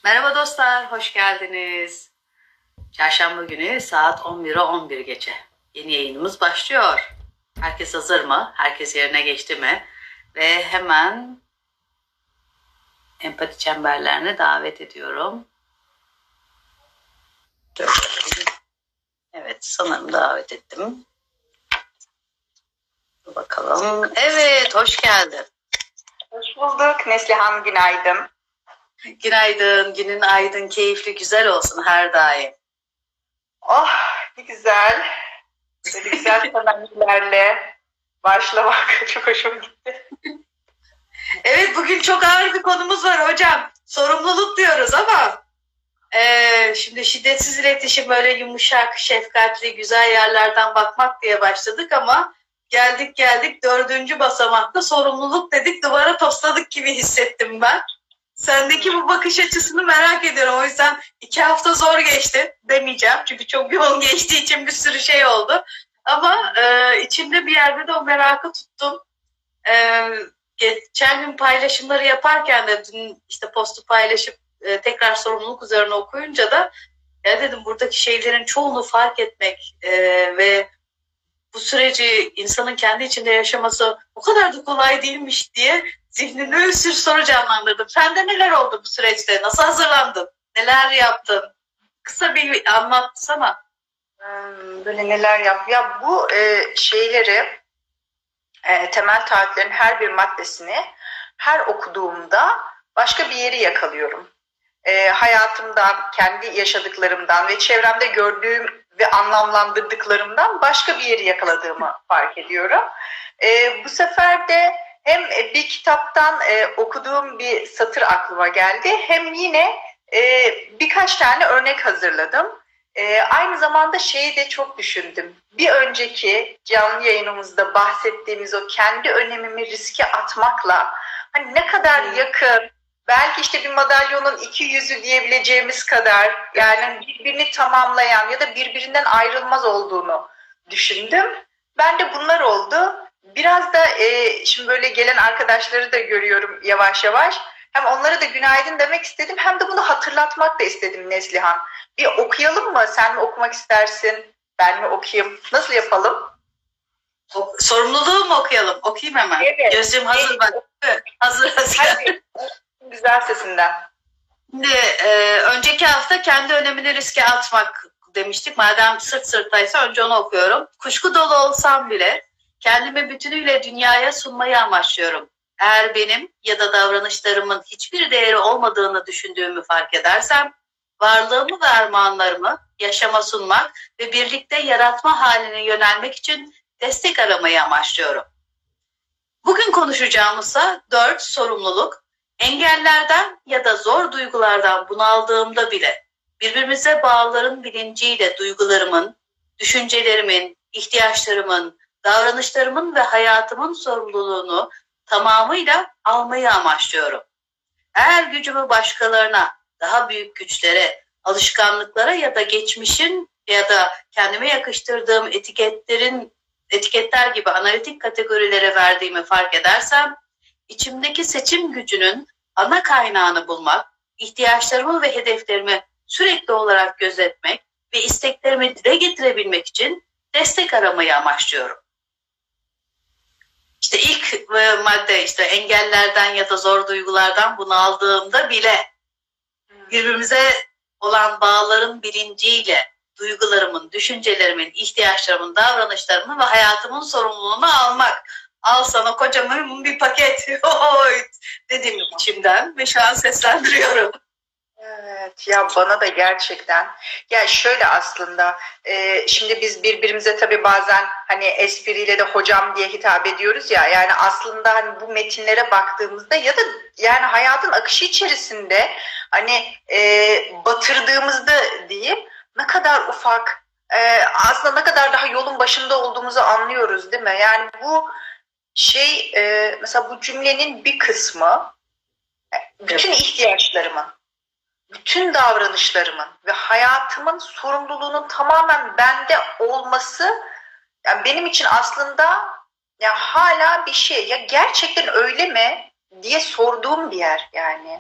Merhaba dostlar, hoş geldiniz. Çarşamba günü saat 11'e 11 geçe. Yeni yayınımız başlıyor. Herkes hazır mı? Herkes yerine geçti mi? Ve hemen empati çemberlerine davet ediyorum. Evet, sanırım davet ettim. Dur bakalım. Evet, hoş geldin. Hoş bulduk Neslihan, günaydın. Günaydın, günün aydın, keyifli, güzel olsun her daim. Oh, ne güzel. Böyle güzel temennilerle başlamak çok hoşuma gitti. Evet, bugün çok ağır bir konumuz var hocam. Sorumluluk diyoruz ama şimdi şiddetsiz iletişim, böyle yumuşak, şefkatli, güzel yerlerden bakmak diye başladık ama geldik 4. basamakta sorumluluk dedik, duvara tosladık gibi hissettim ben. Sendeki bu bakış açısını merak ediyorum. O yüzden 2 hafta zor geçti demeyeceğim. Çünkü çok yoğun geçtiği için bir sürü şey oldu. Ama içimde bir yerde de o merakı tuttum. Geçen gün paylaşımları yaparken de dün işte postu paylaşıp tekrar sorumluluk üzerine okuyunca da ya dedim, buradaki şeylerin çoğunu fark etmek ve bu süreci insanın kendi içinde yaşaması o kadar da kolay değilmiş diye zihninde bir sürü soru canlandırdım. Sende neler oldu bu süreçte? Nasıl hazırlandın? Neler yaptın? Kısa bir anlatsana. Böyle neler yap? Ya bu şeyleri, temel taahhütlerin her bir maddesini her okuduğumda başka bir yeri yakalıyorum. Hayatımdan, kendi yaşadıklarımdan ve çevremde gördüğüm ve anlamlandırdıklarımdan başka bir yeri yakaladığımı fark ediyorum. Bu sefer de hem bir kitaptan okuduğum bir satır aklıma geldi, hem yine birkaç tane örnek hazırladım. Aynı zamanda şeyi de çok düşündüm. Bir önceki canlı yayınımızda bahsettiğimiz o kendi önemimi riske atmakla hani ne kadar yakın, belki işte bir madalyonun iki yüzü diyebileceğimiz kadar, yani birbirini tamamlayan ya da birbirinden ayrılmaz olduğunu düşündüm. Ben de bunlar oldu. Biraz da şimdi böyle gelen arkadaşları da görüyorum yavaş yavaş. Hem onlara da günaydın demek istedim, hem de bunu hatırlatmak da istedim Neslihan. Bir okuyalım mı? Sen mi okumak istersin? Ben mi okuyayım? Nasıl yapalım? Sorumluluğu mu okuyalım? Okuyayım hemen. Evet. Gözüm hazır bak. Hazır. Hadi. Güzel sesinden. Şimdi önceki hafta kendi önemini riske atmak demiştik. Madem sırt sırtaysa önce onu okuyorum. Kuşku dolu olsam bile kendimi bütünüyle dünyaya sunmayı amaçlıyorum. Eğer benim ya da davranışlarımın hiçbir değeri olmadığını düşündüğümü fark edersem, varlığımı ve armağanlarımı yaşama sunmak ve birlikte yaratma haline yönelmek için destek aramayı amaçlıyorum. Bugün konuşacağımızsa 4 sorumluluk. Engellerden ya da zor duygulardan bunaldığımda bile birbirimize bağların bilinciyle duygularımın, düşüncelerimin, ihtiyaçlarımın, davranışlarımın ve hayatımın sorumluluğunu tamamıyla almayı amaçlıyorum. Eğer gücümü başkalarına, daha büyük güçlere, alışkanlıklara ya da geçmişin ya da kendime yakıştırdığım etiketler gibi analitik kategorilere verdiğimi fark edersem, içimdeki seçim gücünün ana kaynağını bulmak, ihtiyaçlarımı ve hedeflerimi sürekli olarak gözetmek ve isteklerimi dile getirebilmek için destek aramayı amaçlıyorum. İşte ilk madde, işte engellerden ya da zor duygulardan bunaldığımda bile birbirimize olan bağların bilinciyle duygularımın, düşüncelerimin, ihtiyaçlarımın, davranışlarımın ve hayatımın sorumluluğunu almak. Al sana kocaman bir paket dedim içimden ve şu an seslendiriyorum. Evet ya, bana da gerçekten. Ya şöyle aslında şimdi biz birbirimize tabii bazen hani espriyle de hocam diye hitap ediyoruz ya, yani aslında hani bu metinlere baktığımızda ya da yani hayatın akışı içerisinde hani batırdığımızda diyeyim, ne kadar ufak, aslında ne kadar daha yolun başında olduğumuzu anlıyoruz değil mi? Yani bu şey, mesela bu cümlenin bir kısmı bütün ihtiyaçlarımın, bütün davranışlarımın ve hayatımın sorumluluğunun tamamen bende olması, yani benim için aslında ya hala bir şey, ya gerçekten öyle mi diye sorduğum bir yer yani.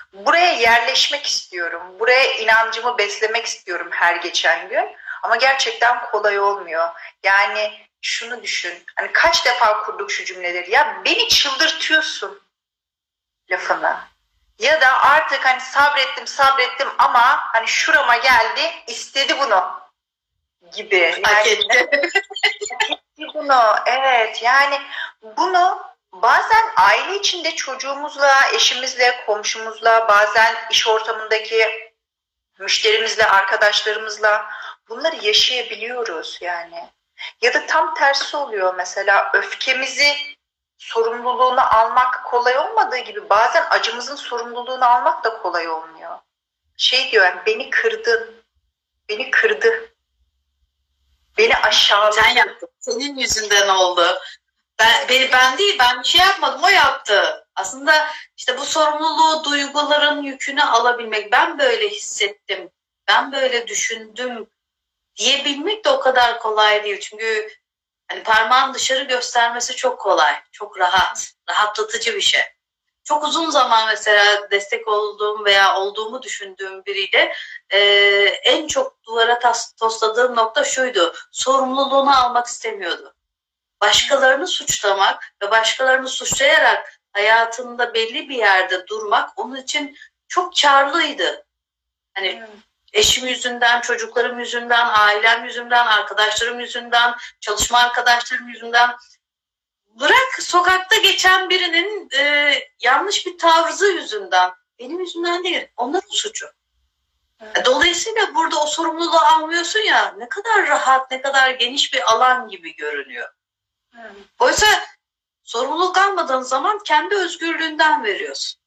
Buraya yerleşmek istiyorum. Buraya inancımı beslemek istiyorum her geçen gün. Ama gerçekten kolay olmuyor. Yani şunu düşün. Hani kaç defa kurduk şu cümleleri. Ya beni çıldırtıyorsun lafını. Ya da artık hani sabrettim ama hani şurama geldi, istedi bunu gibi. Hak Yani, etti. bunu, evet, yani bunu bazen aile içinde çocuğumuzla, eşimizle, komşumuzla, bazen iş ortamındaki müşterimizle, arkadaşlarımızla bunları yaşayabiliyoruz yani. Ya da tam tersi oluyor, mesela öfkemizi, sorumluluğunu almak kolay olmadığı gibi bazen acımızın sorumluluğunu almak da kolay olmuyor. Şey diyor yani, beni kırdın, beni kırdı, beni aşağıladı. Sen yaptın. Senin yüzünden oldu. Ben değil, ben bir şey yapmadım, o yaptı. Aslında işte bu sorumluluğu, duyguların yükünü alabilmek, ben böyle hissettim, ben böyle düşündüm diyebilmek de o kadar kolay değil. Çünkü hani parmağın dışarı göstermesi çok kolay, çok rahat, rahatlatıcı bir şey. Çok uzun zaman mesela destek olduğum veya olduğumu düşündüğüm biriyle en çok duvara tosladığım nokta şuydu: sorumluluğunu almak istemiyordu. Başkalarını suçlamak ve başkalarını suçlayarak hayatında belli bir yerde durmak onun için çok karlıydı. Hani eşim yüzünden, çocuklarım yüzünden, ailem yüzünden, arkadaşlarım yüzünden, çalışma arkadaşlarım yüzünden. Bırak sokakta geçen birinin yanlış bir tavrı yüzünden, benim yüzümden değil, onların suçu. Dolayısıyla burada o sorumluluğu almıyorsun ya, ne kadar rahat, ne kadar geniş bir alan gibi görünüyor. Oysa sorumluluk almadığın zaman kendi özgürlüğünden veriyorsun.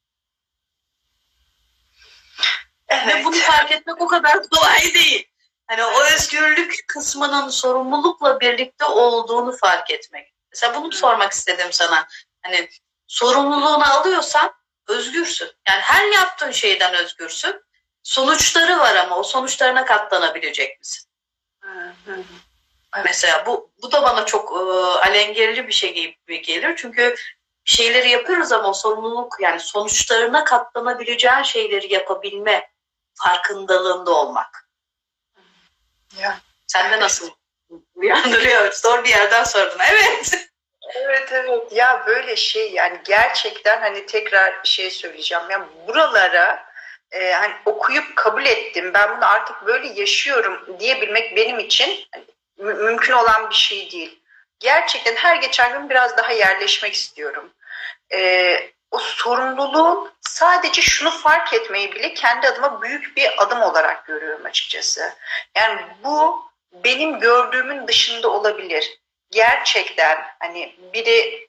Evet. Ve bunu fark etmek o kadar kolay değil. Hani o özgürlük kısmının sorumlulukla birlikte olduğunu fark etmek. Mesela bunu sormak istedim sana. Hani sorumluluğunu alıyorsan özgürsün. Yani her yaptığın şeyden özgürsün. Sonuçları var ama o sonuçlarına katlanabilecek misin? Evet. Mesela bu da bana çok alengerli bir şey gibi gelir. Çünkü bir şeyleri yapıyoruz ama o sorumluluk, yani sonuçlarına katlanabileceğin şeyleri yapabilme farkındalığında olmak. Ya. Sende nasıl uyandırıyor? Zor bir yerden sordun. Evet. Evet. Ya böyle şey, yani gerçekten hani tekrar bir şey söyleyeceğim. Yani buralara hani okuyup kabul ettim, ben bunu artık böyle yaşıyorum diyebilmek benim için mümkün olan bir şey değil. Gerçekten her geçen gün biraz daha yerleşmek istiyorum. O sorumluluğun, sadece şunu fark etmeyi bile kendi adıma büyük bir adım olarak görüyorum açıkçası. Yani bu benim gördüğümün dışında olabilir. Gerçekten hani biri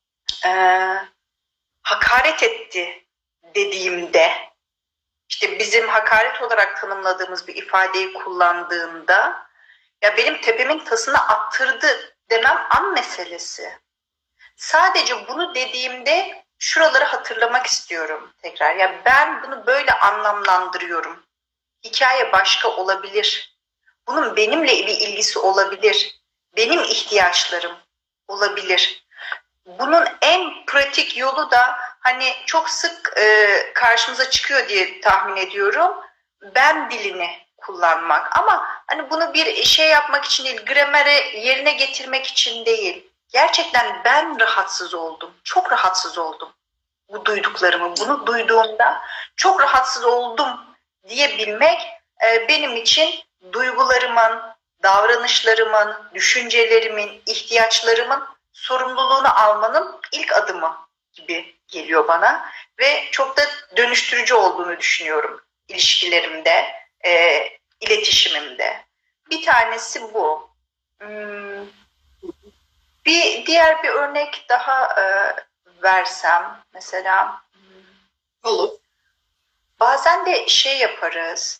hakaret etti dediğimde, işte bizim hakaret olarak tanımladığımız bir ifadeyi kullandığımda, ya benim tepemin tasını attırdı demem an meselesi. Sadece bunu dediğimde şuraları hatırlamak istiyorum tekrar. Ya ben bunu böyle anlamlandırıyorum. Hikaye başka olabilir. Bunun benimle bir ilgisi olabilir. Benim ihtiyaçlarım olabilir. Bunun en pratik yolu da hani çok sık karşımıza çıkıyor diye tahmin ediyorum, ben dilini kullanmak. Ama hani bunu bir şey yapmak için değil, grameri yerine getirmek için değil. Gerçekten ben rahatsız oldum, çok rahatsız oldum bu duyduklarımı. Bunu duyduğumda çok rahatsız oldum diyebilmek benim için duygularımın, davranışlarımın, düşüncelerimin, ihtiyaçlarımın sorumluluğunu almanın ilk adımı gibi geliyor bana. Ve çok da dönüştürücü olduğunu düşünüyorum ilişkilerimde, iletişimimde. Bir tanesi bu. Diğer bir örnek daha versem mesela. Olur. Bazen de şey yaparız.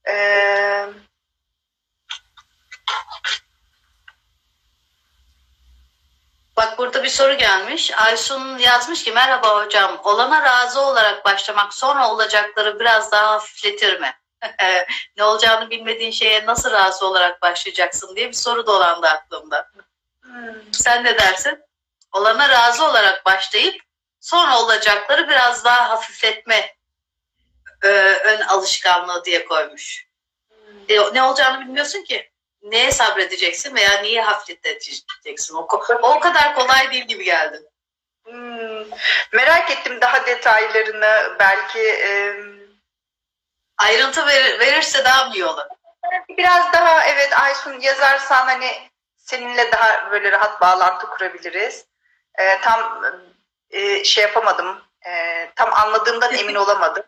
Bak, burada bir soru gelmiş. Aysun yazmış ki, merhaba hocam, olana razı olarak başlamak sonra olacakları biraz daha hafifletir mi? Ne olacağını bilmediğin şeye nasıl razı olarak başlayacaksın diye bir soru dolandı aklımda. Sen ne dersin? Olana razı olarak başlayıp sonra olacakları biraz daha hafifletme ön alışkanlığı diye koymuş. Ne olacağını bilmiyorsun ki. Neye sabredeceksin veya niye hafifleteceksin? O kadar kolay değil gibi geldi. Merak ettim daha detaylarını. Belki ayrıntı verirse daha mı iyi olur? Biraz daha evet Aysun yazarsan hani seninle daha böyle rahat bağlantı kurabiliriz. Tam şey yapamadım. Tam anladığımdan emin olamadım.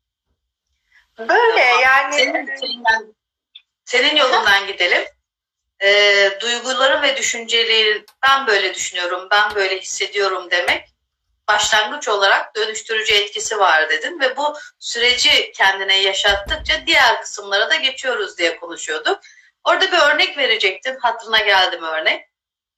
Böyle tamam. Yani. Senin yolundan gidelim. Duyguları ve düşünceleri ben böyle düşünüyorum, ben böyle hissediyorum demek başlangıç olarak dönüştürücü etkisi var dedin ve bu süreci kendine yaşattıkça diğer kısımlara da geçiyoruz diye konuşuyorduk. Orada bir örnek verecektin. Hatırına geldi mi örnek?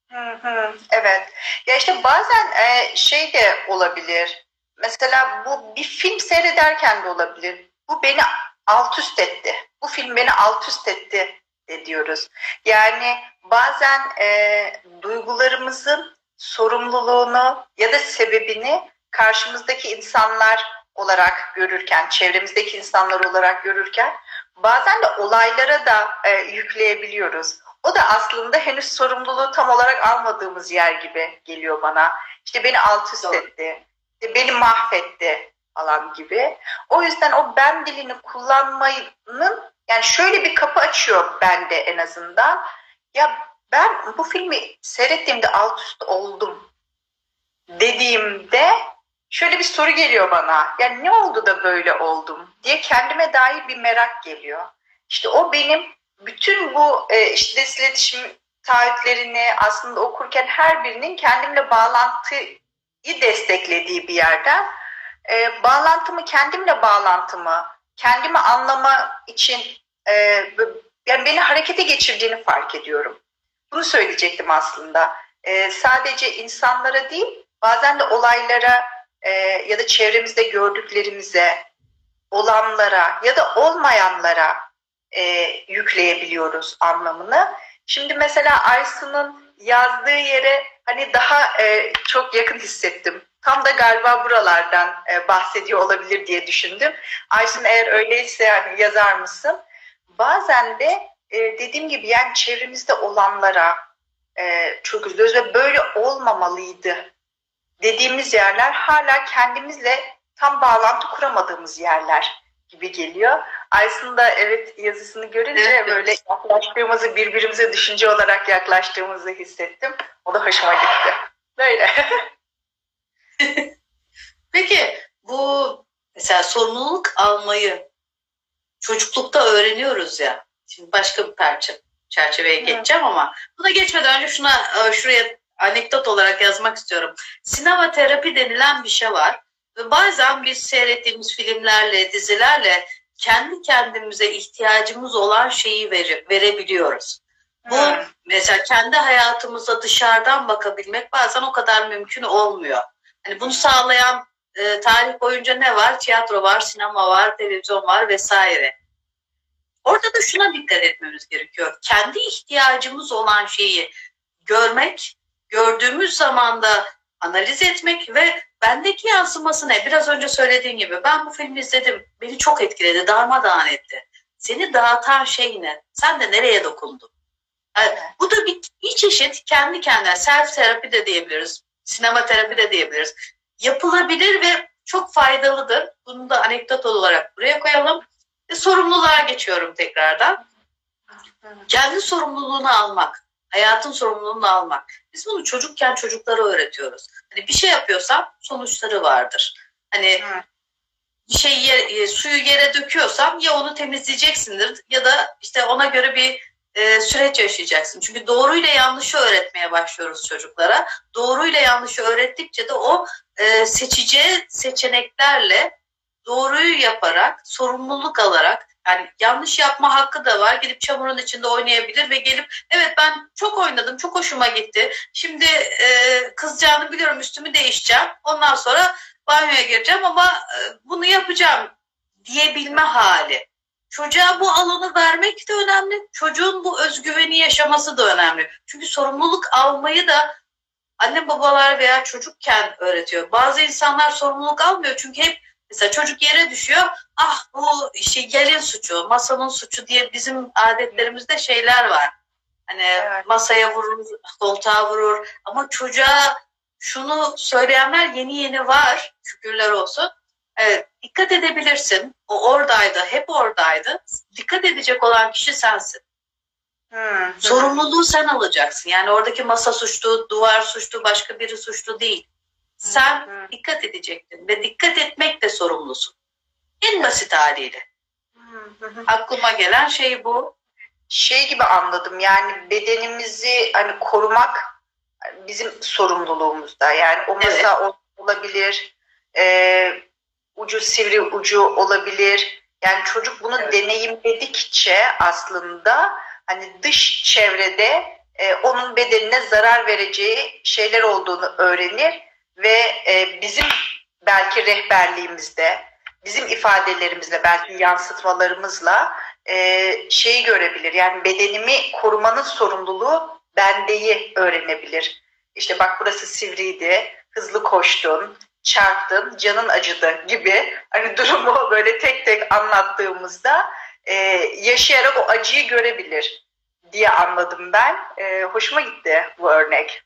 Evet. Ya işte bazen şey de olabilir. Mesela bu bir film seyrederken de olabilir. Bu beni alt üst etti. Bu film beni alt üst etti diyoruz. Yani bazen duygularımızın sorumluluğunu ya da sebebini karşımızdaki insanlar olarak görürken, çevremizdeki insanlar olarak görürken bazen de olaylara da yükleyebiliyoruz. O da aslında henüz sorumluluğu tam olarak almadığımız yer gibi geliyor bana. İşte beni alt üst etti, beni mahvetti falan gibi. O yüzden o ben dilini kullanmanın yani şöyle bir kapı açıyor bende en azından. Ya ben bu filmi seyrettiğimde alt üst oldum dediğimde şöyle bir soru geliyor bana. Yani ne oldu da böyle oldum diye kendime dair bir merak geliyor. İşte o benim bütün bu işte iletişim taahhütlerini aslında okurken her birinin kendimle bağlantıyı desteklediği bir yerden bağlantımı, kendimi anlama için yani beni harekete geçirdiğini fark ediyorum. Bunu söyleyecektim aslında. Sadece insanlara değil, bazen de olaylara ya da çevremizde gördüklerimize, olanlara ya da olmayanlara yükleyebiliyoruz anlamını. Şimdi mesela Aysun'un yazdığı yere hani daha çok yakın hissettim. Tam da galiba buralardan bahsediyor olabilir diye düşündüm. Aysun eğer öyleyse hani yazar mısın? Bazen de dediğim gibi yani çevremizde olanlara çok üzülüyoruz ve böyle olmamalıydı dediğimiz yerler hala kendimizle tam bağlantı kuramadığımız yerler gibi geliyor. Aysun da evet yazısını görünce evet, böyle yaklaştığımızı, birbirimize düşünce olarak yaklaştığımızı hissettim. O da hoşuma gitti. Böyle. Peki bu mesela sorumluluk almayı çocuklukta öğreniyoruz ya. Şimdi başka bir çerçeveye geçeceğim ama buna geçmeden önce şuraya anekdot olarak yazmak istiyorum. Sinema terapi denilen bir şey var. Ve bazen biz seyrettiğimiz filmlerle, dizilerle kendi kendimize ihtiyacımız olan şeyi verebiliyoruz. Bu mesela kendi hayatımıza dışarıdan bakabilmek bazen o kadar mümkün olmuyor. Hani bunu sağlayan tarih boyunca ne var? Tiyatro var, sinema var, televizyon var vesaire. Orada da şuna dikkat etmemiz gerekiyor. Kendi ihtiyacımız olan şeyi görmek, gördüğümüz zaman da analiz etmek ve bendeki yansıması ne? Biraz önce söylediğim gibi ben bu filmi izledim. Beni çok etkiledi, darmadağın etti. Seni dağıtan şey ne? Sen de nereye dokundun? Yani bu da bir çeşit kendi kendine self terapi de diyebiliriz. Sinema terapi de diyebiliriz. Yapılabilir ve çok faydalıdır. Bunu da anekdot olarak buraya koyalım. Ve sorumluluğa geçiyorum tekrardan. Kendi sorumluluğunu almak. Hayatın sorumluluğunu almak. Biz bunu çocukken çocuklara öğretiyoruz. Hani bir şey yapıyorsam sonuçları vardır. Hani bir suyu yere döküyorsam ya onu temizleyeceksindir ya da işte ona göre bir süreç yaşayacaksın. Çünkü doğruyla yanlışı öğretmeye başlıyoruz çocuklara. Doğruyla yanlışı öğrettikçe de o seçeceği seçeneklerle doğruyu yaparak, sorumluluk alarak yani yanlış yapma hakkı da var. Gidip çamurun içinde oynayabilir ve gelip evet ben çok oynadım, çok hoşuma gitti. Şimdi kızacağını biliyorum, üstümü değişeceğim. Ondan sonra banyoya gireceğim ama bunu yapacağım diyebilme hali. Çocuğa bu alanı vermek de önemli. Çocuğun bu özgüveni yaşaması da önemli. Çünkü sorumluluk almayı da anne babalar veya çocukken öğretiyor. Bazı insanlar sorumluluk almıyor çünkü hep Mesela çocuk yere düşüyor. Ah bu işte gelin suçu, masanın suçu diye bizim adetlerimizde şeyler var. Hani Evet. masaya vurur, koltuğa vurur. Ama çocuğa şunu söyleyenler yeni yeni var. Şükürler olsun. Evet, dikkat edebilirsin. O oradaydı, hep oradaydı. Dikkat edecek olan kişi sensin. Sorumluluğu sen alacaksın. Yani oradaki masa suçlu, duvar suçlu, başka biri suçlu değil. Sen dikkat edecektin ve dikkat etmek de sorumlusun. En basit haliyle. Aklıma gelen şey bu. Şey gibi anladım, yani bedenimizi hani korumak bizim sorumluluğumuzda. Yani o masa evet. Olabilir, ucu sivri ucu olabilir. Yani çocuk bunu evet. deneyimledikçe aslında hani dış çevrede onun bedenine zarar vereceği şeyler olduğunu öğrenir ve bizim belki rehberliğimizde, bizim ifadelerimizle, belki yansıtmalarımızla şeyi görebilir. Yani bedenimi korumanın sorumluluğu bendeyi öğrenebilir. İşte bak burası sivriydi, hızlı koştun, çarptın, canın acıdı gibi hani durumu böyle tek tek anlattığımızda yaşayarak o acıyı görebilir diye anladım ben. Hoşuma gitti bu örnek.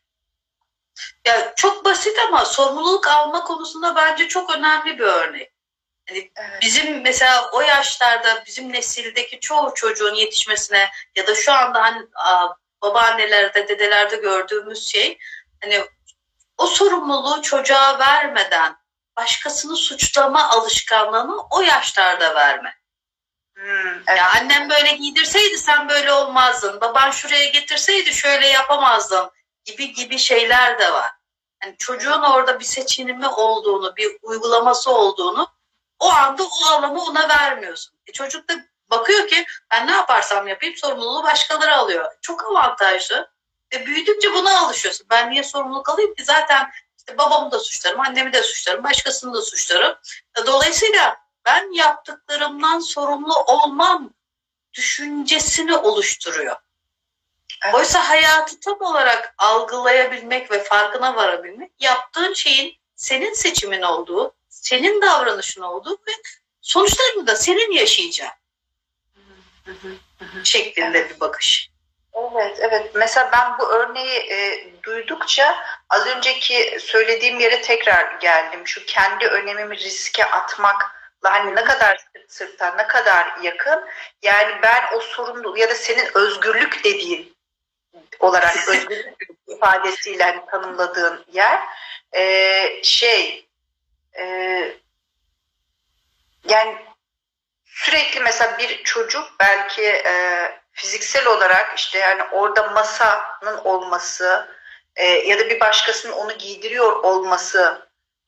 Ya çok basit ama sorumluluk alma konusunda bence çok önemli bir örnek. Yani evet. Bizim mesela o yaşlarda bizim nesildeki çoğu çocuğun yetişmesine ya da şu anda hani babaannelerde, dedelerde gördüğümüz şey hani o sorumluluğu çocuğa vermeden başkasını suçlama alışkanlığını o yaşlarda verme. Evet. Ya annem böyle giydirseydi sen böyle olmazdın. Baban şuraya getirseydi şöyle yapamazdın gibi şeyler de var. Yani çocuğun orada bir seçimi olduğunu, bir uygulaması olduğunu o anda o alanı ona vermiyorsun. Çocuk da bakıyor ki ben ne yaparsam yapayım sorumluluğu başkaları alıyor. Çok avantajlı. Ve büyüdükçe buna alışıyorsun. Ben niye sorumluluk alayım ki? Zaten işte babamı da suçlarım, annemi de suçlarım, başkasını da suçlarım. Dolayısıyla ben yaptıklarımdan sorumlu olmam düşüncesini oluşturuyor. Evet. Oysa hayatı tam olarak algılayabilmek ve farkına varabilmek, yaptığın şeyin senin seçimin olduğu, senin davranışın olduğu ve sonuçlarını da senin yaşayacağın şeklinde bir bakış. Evet, evet. Mesela ben bu örneği duydukça az önceki söylediğim yere tekrar geldim. Şu kendi önemimi riske atmakla hani ne kadar sırt sırta, ne kadar yakın. Yani ben o sorumluluk ya da senin özgürlük dediğin olarak özgürlük ifadesiyle hani tanımladığın yer yani sürekli mesela bir çocuk belki fiziksel olarak işte yani orada masanın olması ya da bir başkasının onu giydiriyor olmasını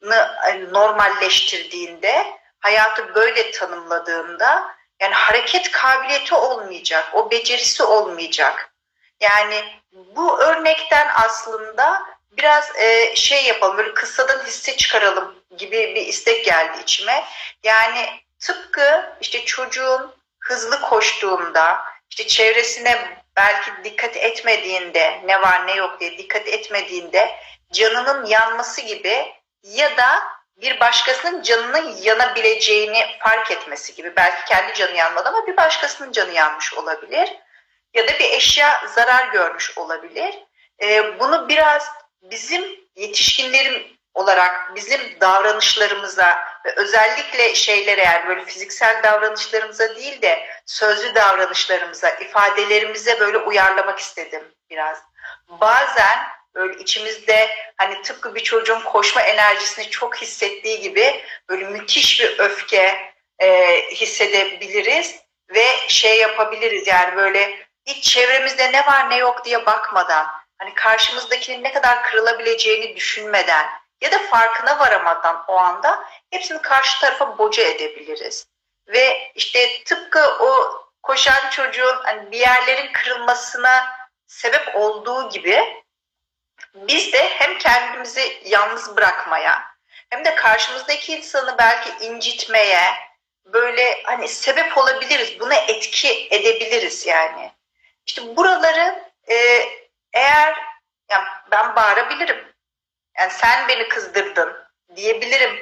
normalleştirdiğinde, hayatı böyle tanımladığında yani hareket kabiliyeti olmayacak, o becerisi olmayacak. Yani bu örnekten aslında biraz şey yapalım, böyle kıssadan hisse çıkaralım gibi bir istek geldi içime. Yani tıpkı işte çocuğun hızlı koştuğunda, işte çevresine belki dikkat etmediğinde, ne var ne yok diye dikkat etmediğinde canının yanması gibi ya da bir başkasının canının yanabileceğini fark etmesi gibi. Belki kendi canı yanmadı ama bir başkasının canı yanmış olabilir. Ya da bir eşya zarar görmüş olabilir. Bunu biraz bizim yetişkinlerin olarak bizim davranışlarımıza ve özellikle şeylere, yani böyle fiziksel davranışlarımıza değil de sözlü davranışlarımıza, ifadelerimize böyle uyarlamak istedim biraz. Bazen böyle içimizde hani tıpkı bir çocuğun koşma enerjisini çok hissettiği gibi böyle müthiş bir öfke hissedebiliriz ve şey yapabiliriz, yani böyle hiç çevremizde ne var ne yok diye bakmadan, hani karşımızdakinin ne kadar kırılabileceğini düşünmeden ya da farkına varamadan o anda hepsini karşı tarafa boca edebiliriz. Ve işte tıpkı o koşan çocuğun hani bir yerlerin kırılmasına sebep olduğu gibi biz de hem kendimizi yalnız bırakmaya hem de karşımızdaki insanı belki incitmeye böyle hani sebep olabiliriz. Buna etki edebiliriz yani. İşte buraları eğer yani ben bağırabilirim. Yani sen beni kızdırdın diyebilirim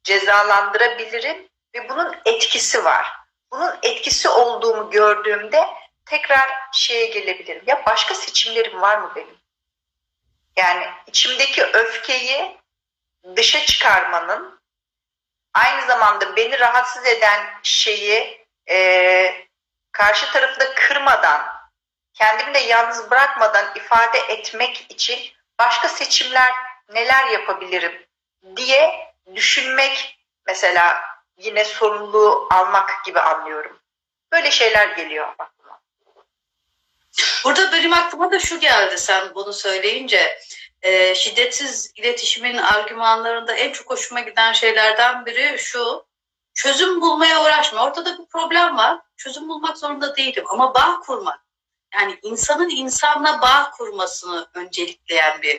cezalandırabilirim ve bunun etkisi var. Bunun etkisi olduğumu gördüğümde tekrar şeye gelebilirim. Ya başka seçimlerim var mı benim? Yani içimdeki öfkeyi dışa çıkarmanın, aynı zamanda beni rahatsız eden şeyi karşı tarafı da kırmadan, kendimi de yalnız bırakmadan ifade etmek için başka seçimler neler yapabilirim diye düşünmek, mesela yine sorumluluğu almak gibi anlıyorum. Böyle şeyler geliyor aklıma. Burada benim aklıma da şu geldi sen bunu söyleyince. Şiddetsiz iletişimin argümanlarında en çok hoşuma giden şeylerden biri şu: çözüm bulmaya uğraşma. Ortada bir problem var. Çözüm bulmak zorunda değilim ama bağ kurmak. Yani insanın insanla bağ kurmasını öncelikleyen bir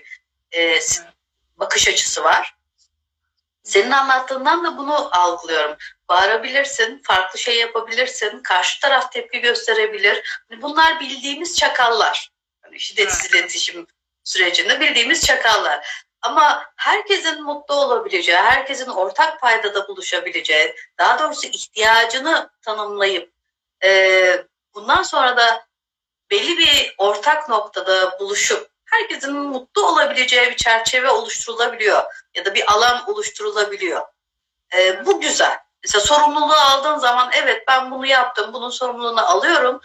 bakış açısı var. Senin anlattığından da bunu algılıyorum. Bağırabilirsin, farklı şey yapabilirsin, karşı taraf tepki gösterebilir. Bunlar bildiğimiz çakallar. Yani şiddetsiz iletişim sürecinde bildiğimiz çakallar. Ama herkesin mutlu olabileceği, herkesin ortak paydada buluşabileceği, daha doğrusu ihtiyacını tanımlayıp bundan sonra da belli bir ortak noktada buluşup herkesin mutlu olabileceği bir çerçeve oluşturulabiliyor ya da bir alan oluşturulabiliyor. Bu güzel. Mesela sorumluluğu aldığın zaman evet ben bunu yaptım, bunun sorumluluğunu alıyorum.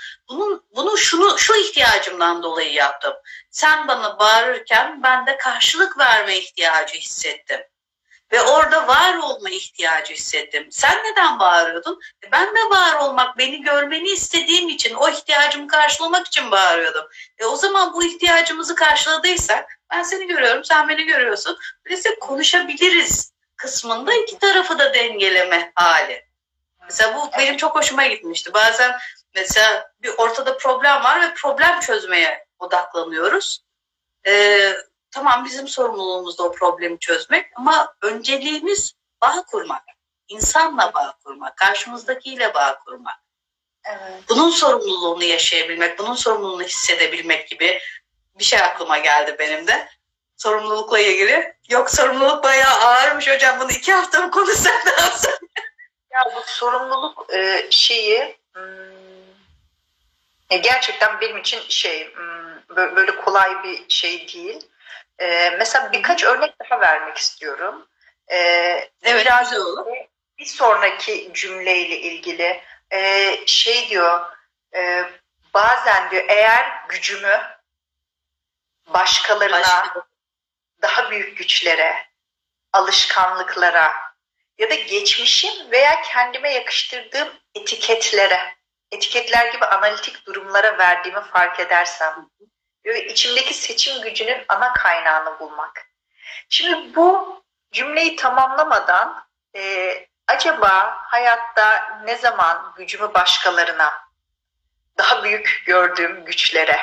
Şu ihtiyacımdan dolayı yaptım. Sen bana bağırırken ben de karşılık verme ihtiyacı hissettim. Ve orada var olma ihtiyacı hissettim. Sen neden bağırıyordun? Ben de var olmak, beni görmeni istediğim için, o ihtiyacımı karşılamak için bağırıyordum. O zaman bu ihtiyacımızı karşıladıysak, ben seni görüyorum, sen beni görüyorsun. Öyleyse konuşabiliriz kısmında iki tarafı da dengeleme hali. Mesela bu benim çok hoşuma gitmişti. Bazen mesela bir ortada problem var ve problem çözmeye odaklanıyoruz. Tamam, bizim sorumluluğumuzda o problemi çözmek ama önceliğimiz bağ kurmak. İnsanla bağ kurmak, karşımızdakiyle bağ kurmak. Evet. Bunun sorumluluğunu yaşayabilmek, bunun sorumluluğunu hissedebilmek gibi bir şey aklıma geldi benim de. Sorumlulukla ilgili. Yok, sorumluluk bayağı ağırmış hocam. Bunu 2 hafta mı konuşsak lazım? Ya bu sorumluluk şeyi gerçekten benim için böyle kolay bir şey değil. Mesela birkaç örnek daha vermek istiyorum. Evet, biraz güzel olur. Bir sonraki cümleyle ilgili diyor, bazen diyor eğer gücümü başkalarına, daha büyük güçlere, alışkanlıklara ya da geçmişim veya kendime yakıştırdığım etiketler gibi analitik durumlara verdiğimi fark edersem, içimdeki seçim gücünün ana kaynağını bulmak. Şimdi bu cümleyi tamamlamadan acaba hayatta ne zaman gücümü başkalarına, daha büyük gördüğüm güçlere,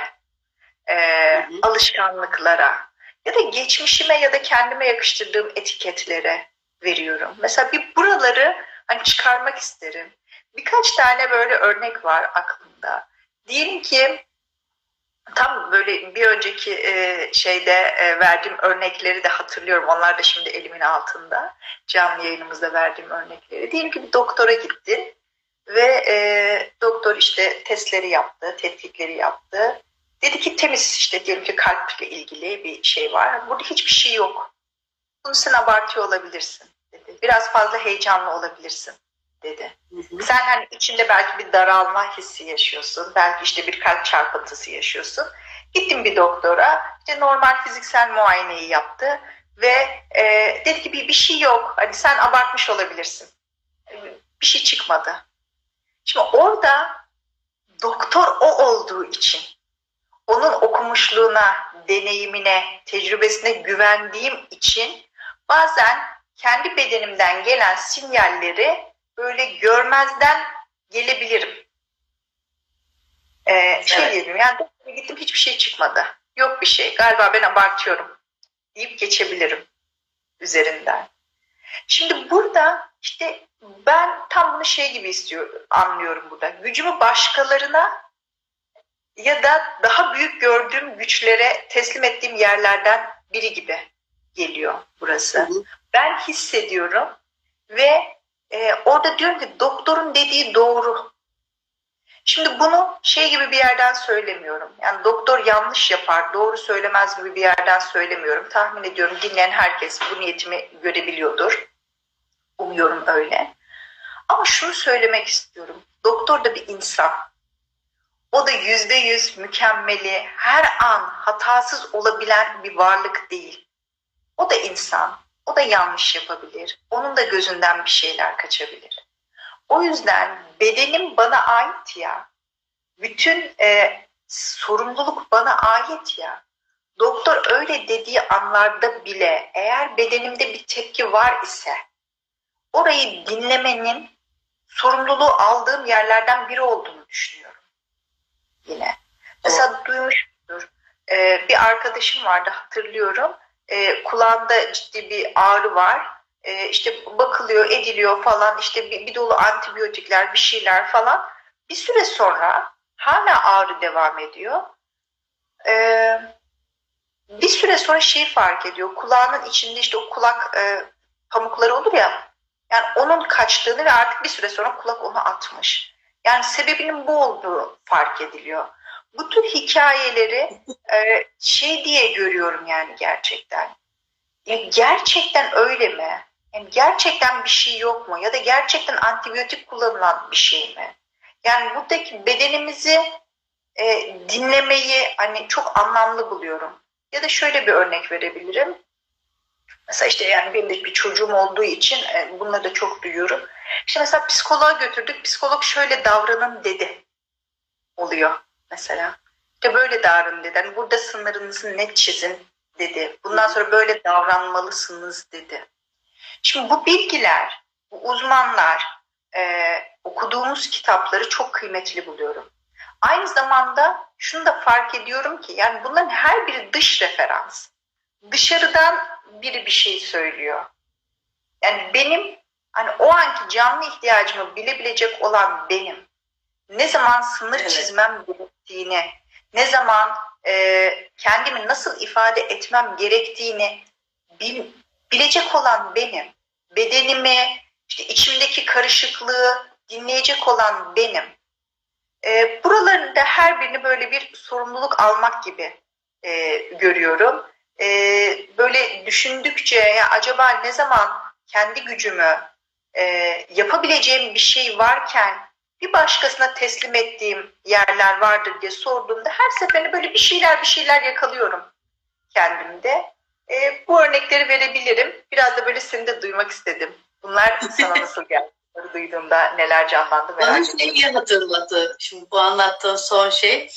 alışkanlıklara ya da geçmişime ya da kendime yakıştırdığım etiketlere veriyorum. Mesela bir buraları çıkarmak isterim. Birkaç tane böyle örnek var aklımda. Diyelim ki tam böyle bir önceki verdiğim örnekleri de hatırlıyorum. Onlar da şimdi elimin altında. Canlı yayınımızda verdiğim örnekleri. Diyelim ki bir doktora gittin ve doktor işte testleri yaptı, tetkikleri yaptı. Dedi ki temiz, işte diyelim ki kalple ilgili bir şey var. Burada hiçbir şey yok. Bunu sen abartıyor olabilirsin dedi. Biraz fazla heyecanlı olabilirsin dedi. Sen içinde belki bir daralma hissi yaşıyorsun. Belki işte bir kalp çarpıntısı yaşıyorsun. Gittin bir doktora, işte normal fiziksel muayeneyi yaptı ve dedi ki bir şey yok. Hani sen abartmış olabilirsin. Bir şey çıkmadı. Şimdi orada doktor o olduğu için, onun okumuşluğuna, deneyimine, tecrübesine güvendiğim için bazen kendi bedenimden gelen sinyalleri böyle görmezden gelebilirim. Diyelim, yani gittim hiçbir şey çıkmadı. Yok bir şey, galiba ben abartıyorum deyip geçebilirim üzerinden. Şimdi burada işte ben tam bunu gibi anlıyorum burada. Gücümü başkalarına ya da daha büyük gördüğüm güçlere teslim ettiğim yerlerden biri gibi geliyor burası. Ben hissediyorum Ve orada diyorum ki doktorun dediği doğru. Şimdi bunu şey gibi bir yerden söylemiyorum. Yani doktor yanlış yapar, doğru söylemez gibi bir yerden söylemiyorum. Tahmin ediyorum dinleyen herkes bu niyetimi görebiliyordur. Umuyorum öyle. Ama şunu söylemek istiyorum. Doktor da bir insan. O da %100 mükemmeli, her an hatasız olabilen bir varlık değil. O da insan. O da yanlış yapabilir. Onun da gözünden bir şeyler kaçabilir. O yüzden bedenim bana ait ya. Bütün sorumluluk bana ait ya. Doktor öyle dediği anlarda bile eğer bedenimde bir tepki var ise orayı dinlemenin sorumluluğu aldığım yerlerden biri olduğunu düşünüyorum. Yine. Mesela duymuştur. Bir arkadaşım vardı hatırlıyorum. Kulağında ciddi bir ağrı var. İşte bakılıyor, ediliyor falan. İşte bir dolu antibiyotikler, bir şeyler falan. Bir süre sonra hala ağrı devam ediyor. Bir süre sonra şeyi fark ediyor. Kulağının içinde işte o kulak pamukları olur ya. Yani onun kaçtığını ve artık bir süre sonra kulak onu atmış. Yani sebebinin bu olduğu fark ediliyor. Bu tür hikayeleri şey diye görüyorum yani gerçekten. Yani gerçekten öyle mi? Yani gerçekten bir şey yok mu? Ya da gerçekten antibiyotik kullanılan bir şey mi? Yani buradaki bedenimizi dinlemeyi hani çok anlamlı buluyorum. Ya da şöyle bir örnek verebilirim. Mesela işte yani benim de bir çocuğum olduğu için bunları da çok duyuyorum. İşte mesela psikoloğa götürdük. Psikolog şöyle davranın dedi. Oluyor mesela. İşte böyle davranın dedi. Yani burada sınırınızı net çizin dedi. Bundan sonra böyle davranmalısınız dedi. Şimdi bu bilgiler, bu uzmanlar, okuduğumuz kitapları çok kıymetli buluyorum. Aynı zamanda şunu da fark ediyorum ki yani bunların her biri dış referans. Dışarıdan biri bir şey söylüyor. Yani benim hani o anki canlı ihtiyacımı bilebilecek olan benim. Ne zaman sınır çizmem gerektiğini, ne zaman kendimi nasıl ifade etmem gerektiğini bilecek olan benim. Bedenimi, işte içimdeki karışıklığı dinleyecek olan benim. Buraların da her birini böyle bir sorumluluk almak gibi görüyorum. Böyle düşündükçe ya acaba ne zaman kendi gücümü yapabileceğim bir şey varken bir başkasına teslim ettiğim yerler vardır diye sorduğumda her seferinde böyle bir şeyler yakalıyorum kendimde. Bu örnekleri verebilirim. Biraz da böyle seni de duymak istedim. Bunlar sana nasıl geldi? Bunları duyduğumda neler canlandı merak ediyorum. Bana şeyi hatırladı. Şimdi bu anlattığın son şey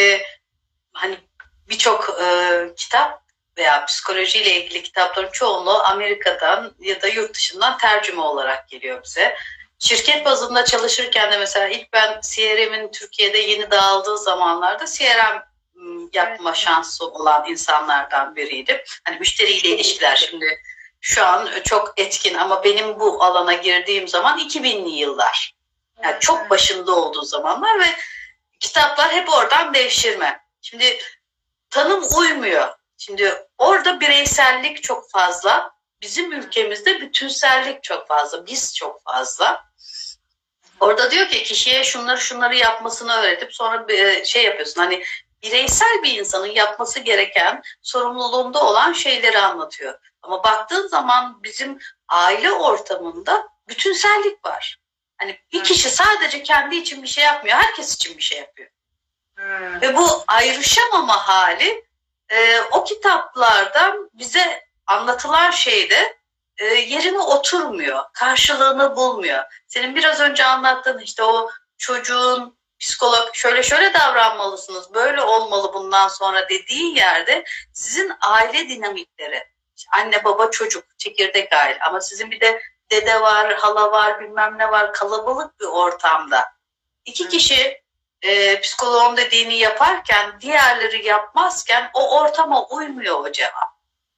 hani birçok kitap veya psikolojiyle ilgili kitapların çoğunluğu Amerika'dan ya da yurt dışından tercüme olarak geliyor bize. Şirket bazında çalışırken de mesela ilk ben CRM'in Türkiye'de yeni dağıldığı zamanlarda CRM yapma şansı olan insanlardan biriydim. Hani müşteriyle ilişkiler şimdi şu an çok etkin ama benim bu alana girdiğim zaman 2000'li yıllar. Yani çok başında olduğu zamanlar ve kitaplar hep oradan devşirme. Şimdi tanım uymuyor. Şimdi orada bireysellik çok fazla. Bizim ülkemizde bütünsellik çok fazla. Biz çok fazla. Orada diyor ki kişiye şunları yapmasını öğretip sonra şey yapıyorsun. Hani bireysel bir insanın yapması gereken sorumluluğunda olan şeyleri anlatıyor. Ama baktığın zaman bizim aile ortamında bütünsellik var. Hani bir kişi sadece kendi için bir şey yapmıyor. Herkes için bir şey yapıyor. Ve bu ayrışamama hali o kitaplardan bize anlatılan şeyde yerine oturmuyor. Karşılığını bulmuyor. Senin biraz önce anlattığın işte o çocuğun psikolog şöyle davranmalısınız, böyle olmalı bundan sonra dediği yerde sizin aile dinamikleri, işte anne baba çocuk, çekirdek aile ama sizin bir de dede var, hala var, bilmem ne var, kalabalık bir ortamda. İki kişi psikoloğun dediğini yaparken diğerleri yapmazken o ortama uymuyor o cevap.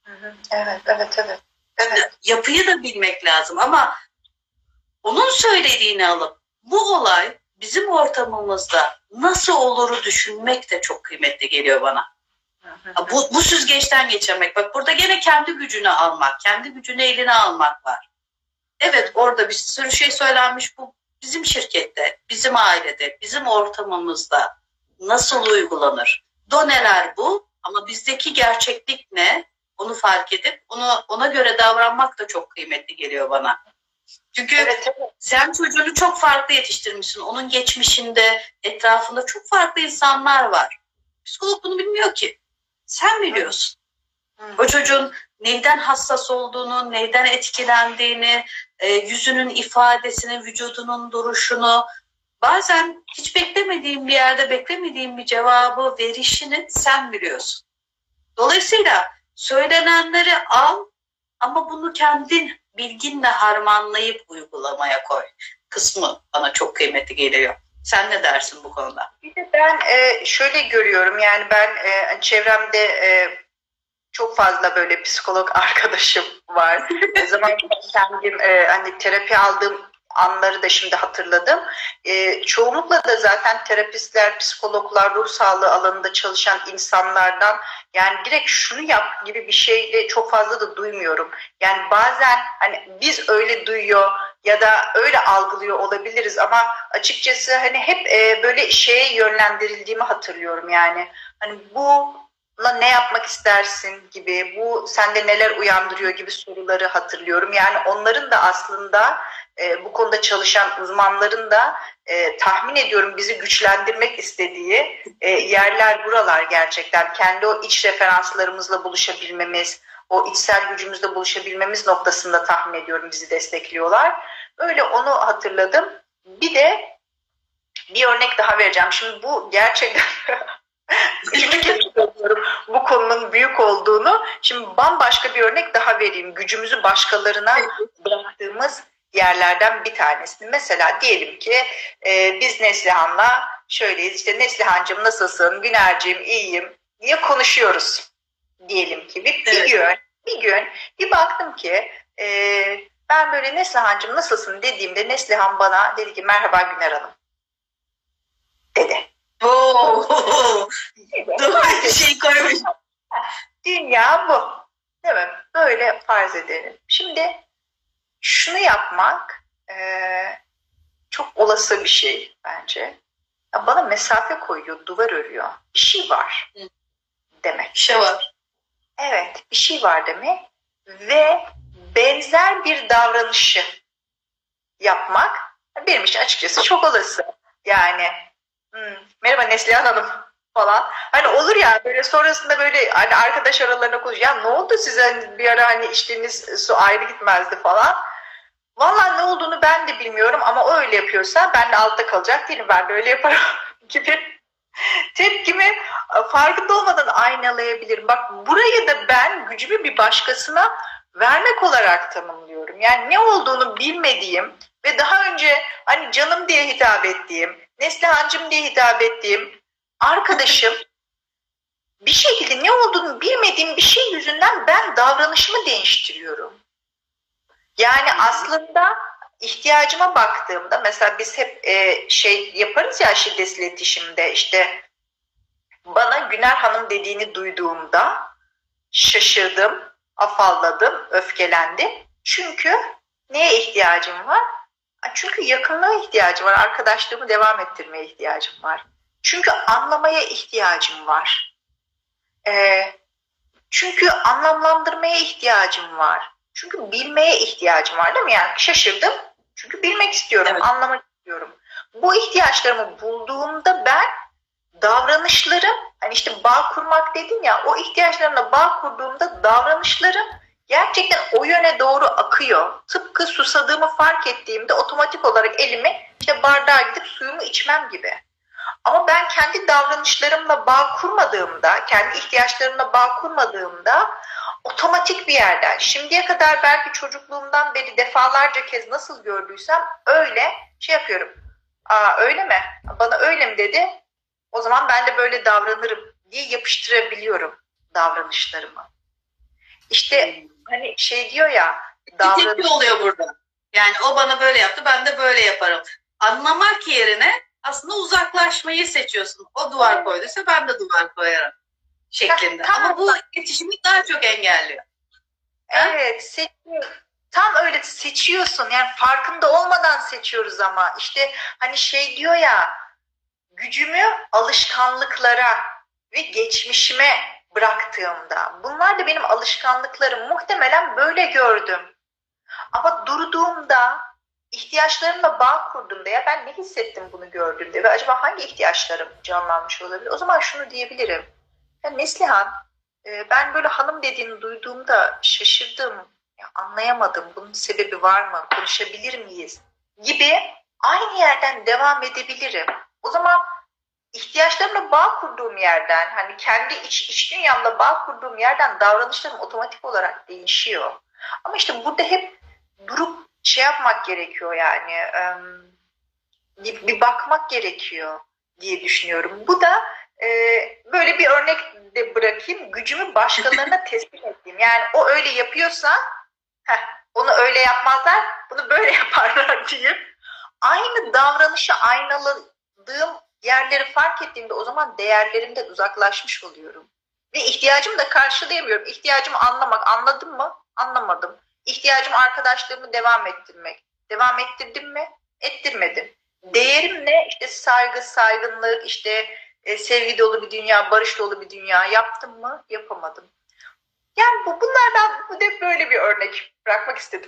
Evet. Yapıyı da bilmek lazım ama onun söylediğini alıp bu olay bizim ortamımızda nasıl oluru düşünmek de çok kıymetli geliyor bana. Bu süzgeçten geçirmek. Bak burada gene kendi gücünü almak, kendi gücünü eline almak var. evet orada bir sürü şey söylenmiş, bu bizim şirkette, bizim ailede, bizim ortamımızda nasıl uygulanır? Doneler bu ama bizdeki gerçeklik ne? Onu fark edip ona göre davranmak da çok kıymetli geliyor bana. Çünkü evet. Sen çocuğunu çok farklı yetiştirmişsin. Onun geçmişinde, etrafında çok farklı insanlar var. Psikolog bunu bilmiyor ki. Sen biliyorsun. O çocuğun neyden hassas olduğunu, neyden etkilendiğini, yüzünün ifadesini, vücudunun duruşunu, bazen hiç beklemediğin bir yerde beklemediğin bir cevabı verişini sen biliyorsun. Dolayısıyla söylenenleri al ama bunu kendin bilginle harmanlayıp uygulamaya koy kısmı bana çok kıymetli geliyor. Sen ne dersin bu konuda? Bir de ben şöyle görüyorum, yani ben çevremde çok fazla böyle psikolog arkadaşım var. O zaman kendim hani terapi aldığım anları da şimdi hatırladım. Çoğunlukla da zaten terapistler, psikologlar, ruh sağlığı alanında çalışan insanlardan yani direkt şunu yap gibi bir şeyle çok fazla da duymuyorum. Yani bazen hani biz öyle duyuyor ya da öyle algılıyor olabiliriz ama açıkçası hani hep böyle şeye yönlendirildiğimi hatırlıyorum yani. Hani bu ne yapmak istersin gibi, bu sende neler uyandırıyor gibi soruları hatırlıyorum. Yani onların da aslında bu konuda çalışan uzmanların da tahmin ediyorum bizi güçlendirmek istediği yerler buralar gerçekten. Kendi o iç referanslarımızla buluşabilmemiz, o içsel gücümüzle buluşabilmemiz noktasında tahmin ediyorum bizi destekliyorlar. Öyle onu hatırladım. Bir de bir örnek daha vereceğim. Şimdi bu gerçekten... Üçüncü kez söylüyorum bu konunun büyük olduğunu. Şimdi bambaşka bir örnek daha vereyim. Gücümüzü başkalarına bıraktığımız yerlerden bir tanesi. Mesela diyelim ki biz Neslihan'la şöyleyiz. İşte Neslihan'cığım nasılsın? Güner'cığım iyiyim diye konuşuyoruz. Diyelim ki bir gün bir baktım ki ben böyle Neslihan'cığım nasılsın dediğimde Neslihan bana dedi ki merhaba Güner Hanım dedi. Doğru bir şey koymuş. Dünya bu. Değil mi? Böyle farz edelim. Şimdi şunu yapmak çok olası bir şey bence. Ya bana mesafe koyuyor, duvar örüyor. Bir şey var demek. Bir şey var. Evet, bir şey var demek. Ve benzer bir davranışı yapmak benim için açıkçası çok olası. Yani merhaba Neslihan Hanım falan. Hani olur ya böyle sonrasında böyle hani arkadaş aralarına konuşuyor. Ya ne oldu size hani bir ara hani içtiğiniz su ayrı gitmezdi falan. Vallahi ne olduğunu ben de bilmiyorum ama o öyle yapıyorsa ben de altta kalacak değilim. Ben de öyle yaparım gibi tepkimi farkında olmadan aynalayabilirim. Bak burayı da ben gücümü bir başkasına vermek olarak tanımlıyorum. Yani ne olduğunu bilmediğim ve daha önce hani canım diye hitap ettiğim, Neslihan'cım diye hitap ettiğim arkadaşım bir şekilde ne olduğunu bilmediğim bir şey yüzünden ben davranışımı değiştiriyorum. Yani aslında ihtiyacıma baktığımda mesela biz hep şey yaparız ya şiddetsiz iletişimde işte bana Güner Hanım dediğini duyduğumda şaşırdım, afalladım, öfkelendim. Çünkü neye ihtiyacım var? Çünkü yakınlığa ihtiyacım var, arkadaşlığımı devam ettirmeye ihtiyacım var. Çünkü anlamaya ihtiyacım var. Çünkü anlamlandırmaya ihtiyacım var. Çünkü bilmeye ihtiyacım var değil mi? Yani şaşırdım. Çünkü bilmek istiyorum, evet. Anlamak istiyorum. Bu ihtiyaçlarımı bulduğumda ben davranışlarım, hani işte bağ kurmak dedim ya, o ihtiyaçlarımla bağ kurduğumda davranışlarım gerçekten o yöne doğru akıyor. Tıpkı susadığımı fark ettiğimde otomatik olarak elimi işte bardağa gidip suyumu içmem gibi. Ama ben kendi davranışlarımla bağ kurmadığımda, kendi ihtiyaçlarımla bağ kurmadığımda otomatik bir yerden, şimdiye kadar belki çocukluğumdan beri defalarca kez nasıl gördüysem öyle şey yapıyorum. Aa öyle mi? Bana öyle mi dedi? O zaman ben de böyle davranırım diye yapıştırabiliyorum davranışlarımı. İşte hani şey diyor ya. Tepki oluyor burada. Yani o bana böyle yaptı, ben de böyle yaparım. Anlamak yerine aslında uzaklaşmayı seçiyorsun. O duvar koyduysa ben de duvar koyarım şeklinde. Ama bu iletişimi daha çok engelliyor. Evet, Tam öyle seçiyorsun. Yani farkında olmadan seçiyoruz ama. İşte hani şey diyor ya, gücümü alışkanlıklara ve geçmişime bıraktığımda. Bunlar da benim alışkanlıklarım. Muhtemelen böyle gördüm. Ama durduğumda, ihtiyaçlarımla bağ kurduğumda, ya ben ne hissettim bunu gördüğümde ve acaba hangi ihtiyaçlarım canlanmış olabilir? O zaman şunu diyebilirim. Ya Neslihan, ben böyle hanım dediğini duyduğumda şaşırdım. Ya anlayamadım. Bunun sebebi var mı? Konuşabilir miyiz? Gibi aynı yerden devam edebilirim. O zaman ihtiyaçlarımla bağ kurduğum yerden, hani kendi iç dünyamla bağ kurduğum yerden davranışlarım otomatik olarak değişiyor. Ama işte burada hep durup şey yapmak gerekiyor yani. Bir bakmak gerekiyor diye düşünüyorum. Bu da böyle bir örnek de bırakayım. Gücümü başkalarına teslim ettiğim. Yani o öyle yapıyorsa onu öyle yapmazlar, bunu böyle yaparlar diyeyim. Aynı davranışı aynaladığım yerleri fark ettiğimde o zaman değerlerimden uzaklaşmış oluyorum. Ve ihtiyacımı da karşılayamıyorum. İhtiyacımı anlamak. Anladım mı? Anlamadım. İhtiyacım arkadaşlığımı devam ettirmek. Devam ettirdim mi? Ettirmedim. Değerim ne? İşte saygı, saygınlık, işte sevgi dolu bir dünya, barış dolu bir dünya yaptım mı? Yapamadım. Yani bunlardan bu da böyle bir örnek bırakmak istedim.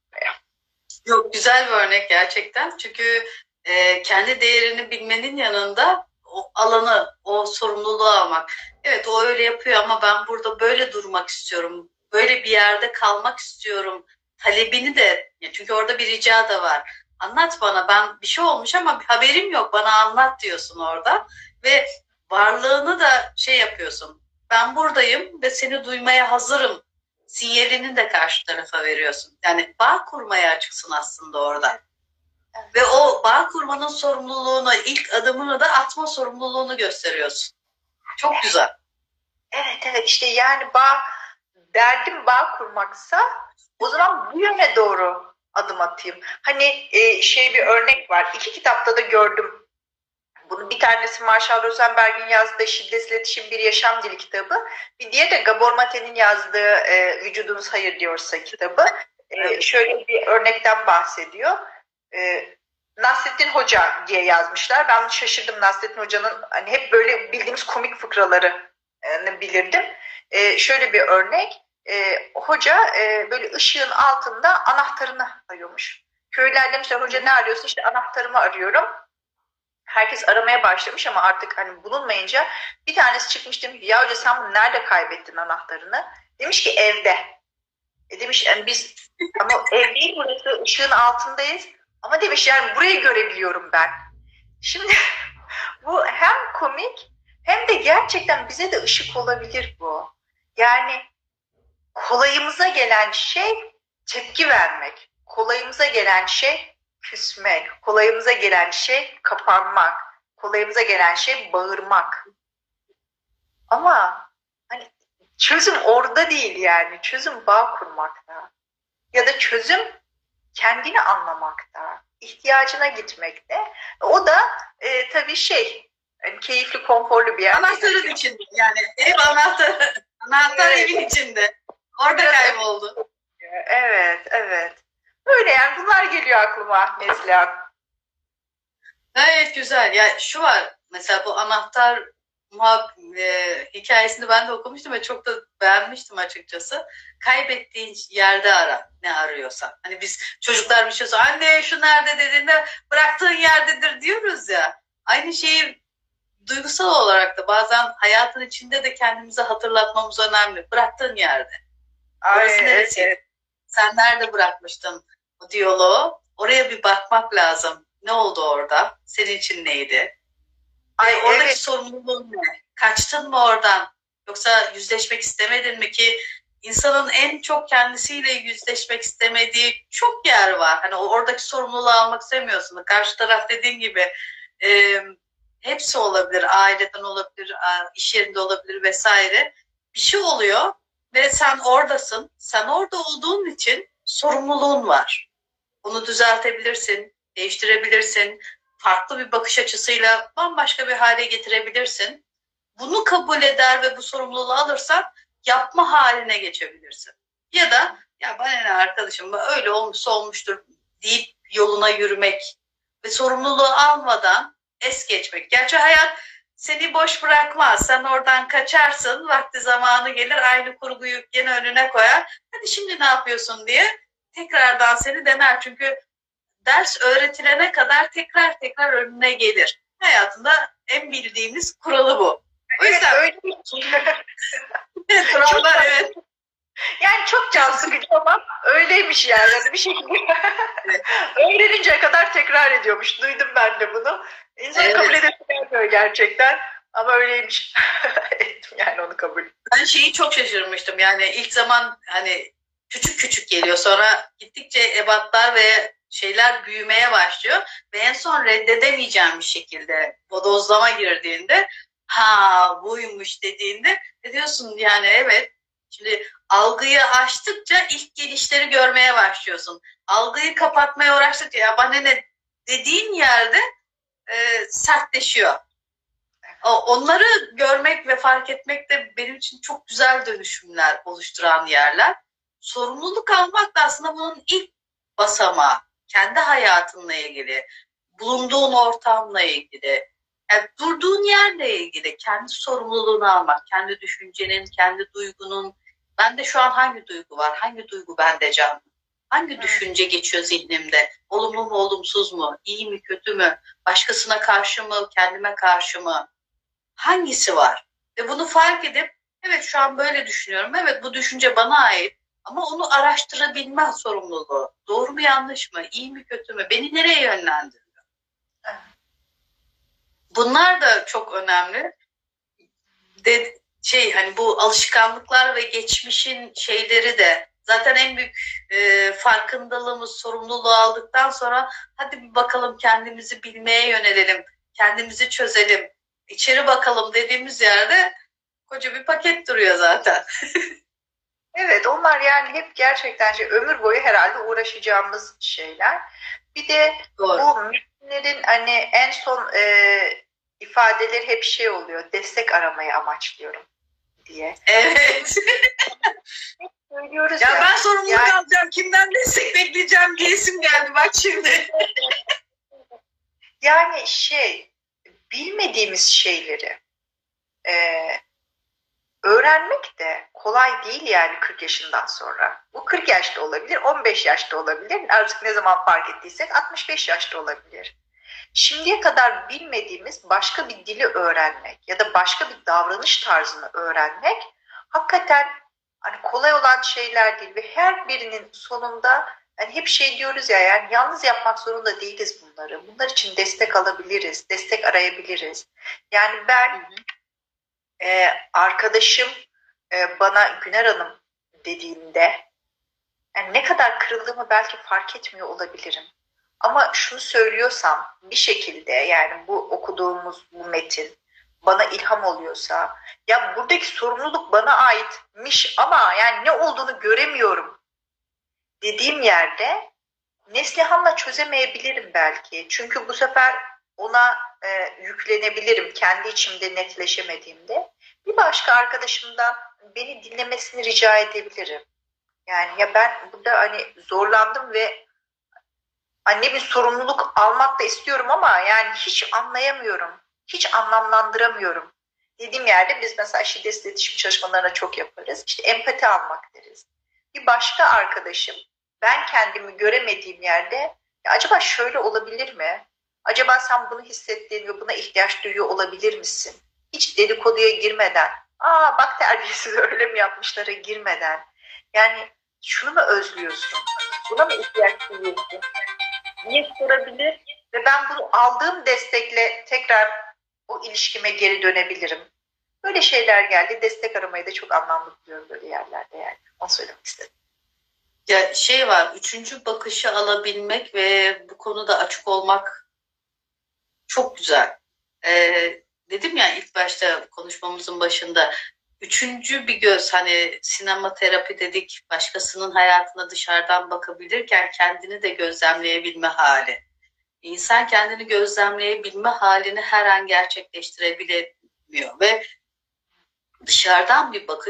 Yok, güzel bir örnek gerçekten. Çünkü kendi değerini bilmenin yanında o alanı, o sorumluluğu almak. Evet, o öyle yapıyor ama ben burada böyle durmak istiyorum. Böyle bir yerde kalmak istiyorum. Talebini de, çünkü orada bir rica da var. Anlat bana, ben bir şey olmuş ama haberim yok, bana anlat diyorsun orada. Ve varlığını da şey yapıyorsun. Ben buradayım ve seni duymaya hazırım sinyalini de karşı tarafa veriyorsun. Yani bağ kurmaya açıksın aslında orada. Ve o bağ kurmanın sorumluluğunu, ilk adımını da atma sorumluluğunu gösteriyorsun. Çok güzel. Evet işte yani derdim bağ kurmaksa o zaman bu yöne doğru adım atayım. Hani bir örnek var. 2 kitapta da gördüm. Bunun bir tanesi Marshall Rosenberg'in yazdığı Şiddetsiz İletişim Bir Yaşam Dili kitabı. Bir diğeri de Gabor Mate'nin yazdığı Vücudunuz Hayır Diyorsa kitabı. Şöyle bir örnekten bahsediyor. Nasrettin Hoca diye yazmışlar. Ben şaşırdım, Nasrettin Hoca'nın hani hep böyle bildiğimiz komik fıkraları bilirdim. Şöyle bir örnek. Hoca böyle ışığın altında anahtarını arıyormuş. Köylüler demişler, hoca ne arıyorsun? İşte anahtarımı arıyorum. Herkes aramaya başlamış ama artık hani bulunmayınca bir tanesi çıkmış, demiş ki ya hoca sen bunu nerede kaybettin anahtarını? Demiş ki evde. Demiş yani biz ama ev değil burası, ışığın altındayız. Ama demiş yani burayı görebiliyorum ben. Şimdi bu hem komik hem de gerçekten bize de ışık olabilir bu. Yani kolayımıza gelen şey tepki vermek. Kolayımıza gelen şey küsmek. Kolayımıza gelen şey kapanmak. Kolayımıza gelen şey bağırmak. Ama hani çözüm orada değil yani. Çözüm bağ kurmakta. Ya da çözüm kendini anlamakta. İhtiyacına gitmekte. O da tabii yani keyifli, konforlu bir yer. Anahtarın içinde yani. Ev anahtarı. Anahtar evet. Evin içinde. Orada kayboldu. Evet. Öyle yani bunlar geliyor aklıma Neslihan. Gayet güzel. Ya şu var mesela bu anahtar hikayesini ben de okumuştum ve çok da beğenmiştim açıkçası. Kaybettiğin yerde ara ne arıyorsan. Hani biz çocuklar bir şey söylüyor. Anne şu nerede dediğinde bıraktığın yerdedir diyoruz ya. Aynı şeyi duygusal olarak da bazen hayatın içinde de kendimize hatırlatmamız önemli. Bıraktığın yerde. Orası neresi? Evet. Sen nerede bırakmıştın bu diyaloğu? Oraya bir bakmak lazım. Ne oldu orada? Senin için neydi? Oradaki sorumluluğun ne? Kaçtın mı oradan? Yoksa yüzleşmek istemedin mi ki? İnsanın en çok kendisiyle yüzleşmek istemediği çok yer var. Hani oradaki sorumluluğu almak istemiyorsun. Karşı taraf dediğin gibi hepsi olabilir. Aileden olabilir, iş yerinde olabilir vesaire. Bir şey oluyor ve sen oradasın. Sen orada olduğun için sorumluluğun var. Bunu düzeltebilirsin, değiştirebilirsin. Farklı bir bakış açısıyla bambaşka bir hale getirebilirsin. Bunu kabul eder ve bu sorumluluğu alırsan yapma haline geçebilirsin. Ya da Ya bana ne arkadaşım, öyle olmuşsa olmuştur deyip yoluna yürümek ve sorumluluğu almadan es geçmek. Gerçi hayat seni boş bırakmaz. Sen oradan kaçarsın. Vakti zamanı gelir, aynı kurguyu gene önüne koyar. Hadi şimdi ne yapıyorsun diye tekrardan seni dener. Çünkü ders öğretilene kadar tekrar tekrar önüne gelir. Hayatında en bildiğimiz kuralı bu. O yüzden öyle. kurallar evet. Yani çok can sıkıcı ama öyleymiş yani. Bir şekilde öğreninceye kadar tekrar ediyormuş. Duydum ben de bunu. İnsan kabul edemiyor gerçekten. Ama öyleymiş. Ettim yani onu kabul. Ben şeyi çok şaşırmıştım. Yani ilk zaman hani küçük küçük geliyor. Sonra gittikçe ebatlar ve şeyler büyümeye başlıyor. Ve en son reddedemeyeceğim bir şekilde bodozlama girdiğinde ha buymuş dediğinde diyorsun yani evet. Şimdi algıyı açtıkça ilk gelişleri görmeye başlıyorsun. Algıyı kapatmaya uğraştıkça ya bana ne dediğin yerde sertleşiyor. Onları görmek ve fark etmek de benim için çok güzel dönüşümler oluşturan yerler. Sorumluluk almak da aslında bunun ilk basamağı. Kendi hayatınla ilgili, bulunduğun ortamla ilgili, yani durduğun yerle ilgili kendi sorumluluğunu almak, kendi düşüncenin, kendi duygunun. Bende şu an hangi duygu var, hangi duygu bende canlı? Hangi düşünce geçiyor zihnimde? Olumlu mu, olumsuz mu? İyi mi, kötü mü? Başkasına karşı mı, kendime karşı mı? Hangisi var? Ve bunu fark edip evet şu an böyle düşünüyorum. Evet bu düşünce bana ait. Ama onu araştırabilme sorumluluğu. Doğru mu yanlış mı? İyi mi kötü mü? Beni nereye yönlendiriyor? Bunlar da çok önemli. Hani bu alışkanlıklar ve geçmişin şeyleri de zaten en büyük farkındalığımız, sorumluluğu aldıktan sonra hadi bir bakalım kendimizi bilmeye yönelelim. Kendimizi çözelim. İçeri bakalım dediğimiz yerde koca bir paket duruyor zaten. Evet onlar yani hep gerçekten ömür boyu herhalde uğraşacağımız şeyler. Bir de Doğru. Bu metinlerin hani en son ifadeleri hep oluyor. Destek aramayı amaçlıyorum diye. Evet. Söylüyoruz ya ben sorumluluk alacağım. Kimden destek bekleyeceğim diye isim geldi bak şimdi. Yani bilmediğimiz şeyleri öğrenmek de kolay değil yani 40 yaşından sonra. Bu 40 yaşta olabilir, 15 yaşta olabilir. Artık ne zaman fark ettiysek 65 yaşta olabilir. Şimdiye kadar bilmediğimiz başka bir dili öğrenmek ya da başka bir davranış tarzını öğrenmek hakikaten hani kolay olan şeyler değil ve her birinin sonunda hani hep diyoruz ya yani yalnız yapmak zorunda değiliz bunları. Bunlar için destek alabiliriz, destek arayabiliriz. Yani ben arkadaşım bana Güner Hanım dediğinde yani ne kadar kırıldığımı belki fark etmiyor olabilirim. Ama şunu söylüyorsam bir şekilde yani bu okuduğumuz bu metin bana ilham oluyorsa ya buradaki sorumluluk bana aitmiş ama yani ne olduğunu göremiyorum dediğim yerde Neslihan'la çözemeyebilirim belki. Çünkü bu sefer ona yüklenebilirim kendi içimde netleşemediğimde. Bir başka arkadaşımdan beni dinlemesini rica edebilirim. Yani ya ben burada hani zorlandım ve anne bir sorumluluk almak da istiyorum ama yani hiç anlayamıyorum. Hiç anlamlandıramıyorum. Dediğim yerde biz mesela şiddetsiz iletişim çalışmalarına çok yaparız. İşte empati almak deriz. Bir başka arkadaşım ben kendimi göremediğim yerde ya acaba şöyle olabilir mi? Acaba sen bunu hissettiğin ve buna ihtiyaç duyuyor olabilir misin? Hiç dedikoduya girmeden, bak terbiyesiz öyle mi yapmışlara girmeden. Yani şunu mu özlüyorsun? Buna mı ihtiyaç duyuyorsun? Niye sorabilir? Ve ben bunu aldığım destekle tekrar o ilişkime geri dönebilirim. Böyle şeyler geldi. Destek aramayı da çok anlamlı buluyorum böyle yerlerde yani. Onu söylemek istedim. Ya var, üçüncü bakışı alabilmek ve bu konuda açık olmak çok güzel. Dedim ya ilk başta konuşmamızın başında üçüncü bir göz hani sinema terapi dedik başkasının hayatına dışarıdan bakabilirken kendini de gözlemleyebilme hali. İnsan kendini gözlemleyebilme halini her an gerçekleştirebilemiyor ve dışarıdan bir bakış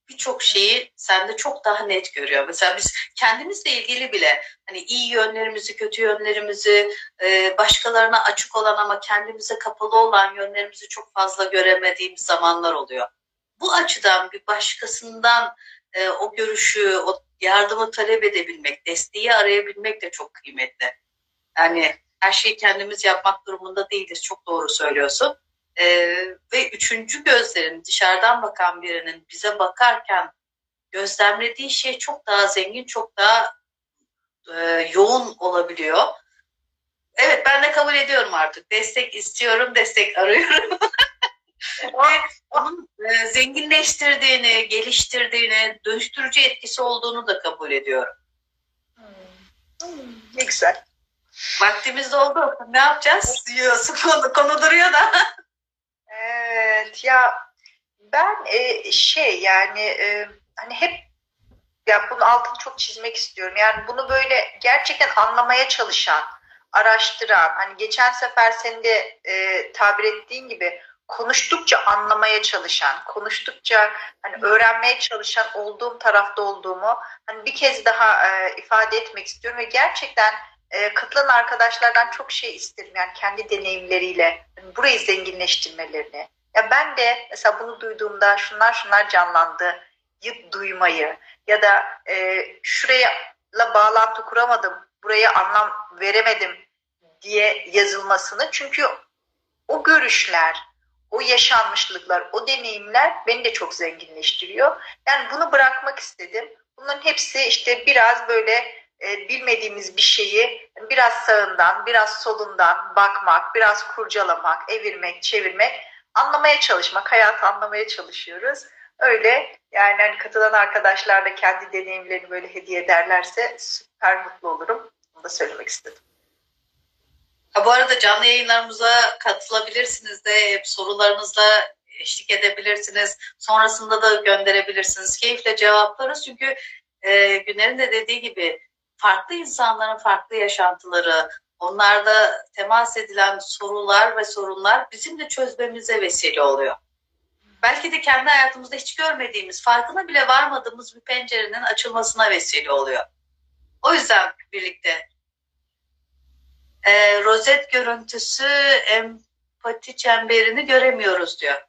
birçok şeyi sende çok daha net görüyor. Mesela biz kendimizle ilgili bile hani iyi yönlerimizi, kötü yönlerimizi, başkalarına açık olan ama kendimize kapalı olan yönlerimizi çok fazla göremediğimiz zamanlar oluyor. Bu açıdan bir başkasından o görüşü, o yardımı talep edebilmek, desteği arayabilmek de çok kıymetli. Yani her şeyi kendimiz yapmak durumunda değiliz. Çok doğru söylüyorsun. Ve üçüncü gözlerin, dışarıdan bakan birinin bize bakarken gözlemlediği şey çok daha zengin, çok daha yoğun olabiliyor. Evet, ben de kabul ediyorum artık. Destek istiyorum, destek arıyorum. Ve onun zenginleştirdiğini, geliştirdiğini, dönüştürücü etkisi olduğunu da kabul ediyorum. Ne güzel. Vaktimiz doldu. Ne yapacağız? Diyorsun, konu duruyor da. Evet ya, ben hani hep ya bunun altını çok çizmek istiyorum. Yani bunu böyle gerçekten anlamaya çalışan, araştıran, hani geçen sefer senin de tabir ettiğin gibi konuştukça anlamaya çalışan, konuştukça hani öğrenmeye çalışan olduğum tarafta olduğumu hani bir kez daha ifade etmek istiyorum ve gerçekten katılan arkadaşlardan çok şey isterim. Yani kendi deneyimleriyle hani burayı zenginleştirmelerini. Ya ben de mesela bunu duyduğumda şunlar canlandı duymayı ya da şuraya bağlantı kuramadım, buraya anlam veremedim diye yazılmasını. Çünkü o görüşler, o yaşanmışlıklar, o deneyimler beni de çok zenginleştiriyor. Yani bunu bırakmak istedim. Bunların hepsi işte biraz böyle bilmediğimiz bir şeyi biraz sağından, biraz solundan bakmak, biraz kurcalamak, evirmek, çevirmek, anlamaya çalışmak, hayatı anlamaya çalışıyoruz. Öyle yani hani katılan arkadaşlar da kendi deneyimlerini böyle hediye ederlerse süper mutlu olurum. Bunu da söylemek istedim. Bu arada canlı yayınlarımıza katılabilirsiniz de sorularınızla eşlik edebilirsiniz. Sonrasında da gönderebilirsiniz. Keyifle cevaplarız çünkü Güner'in de dediği gibi farklı insanların farklı yaşantıları, onlarda temas edilen sorular ve sorunlar bizim de çözmemize vesile oluyor. Belki de kendi hayatımızda hiç görmediğimiz, farkına bile varmadığımız bir pencerenin açılmasına vesile oluyor. O yüzden birlikte rozet görüntüsü empati çemberini göremiyoruz diyor.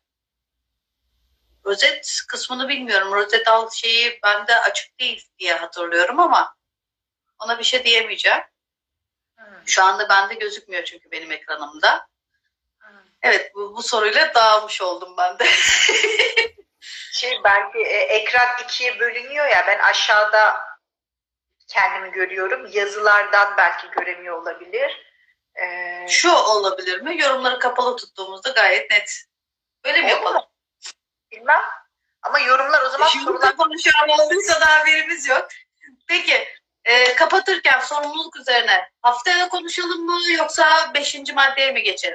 Rozet kısmını bilmiyorum. Rozet alt şeyi bende açık değil diye hatırlıyorum ama ona bir şey diyemeyeceğim. Şu anda bende gözükmüyor çünkü benim ekranımda. Evet, bu soruyla dağılmış oldum ben de. Belki ekran ikiye bölünüyor ya, ben aşağıda kendimi görüyorum. Yazılardan belki göremiyor olabilir. Şu olabilir mi? Yorumları kapalı tuttuğumuzda gayet net. Öyle mi yapalım? Bilmem. Ama yorumlar o zaman sorular konuşuyorum olduysa da haberimiz yok. Peki kapatırken sorumluluk üzerine haftaya konuşalım mı yoksa 5. maddeye mi geçelim?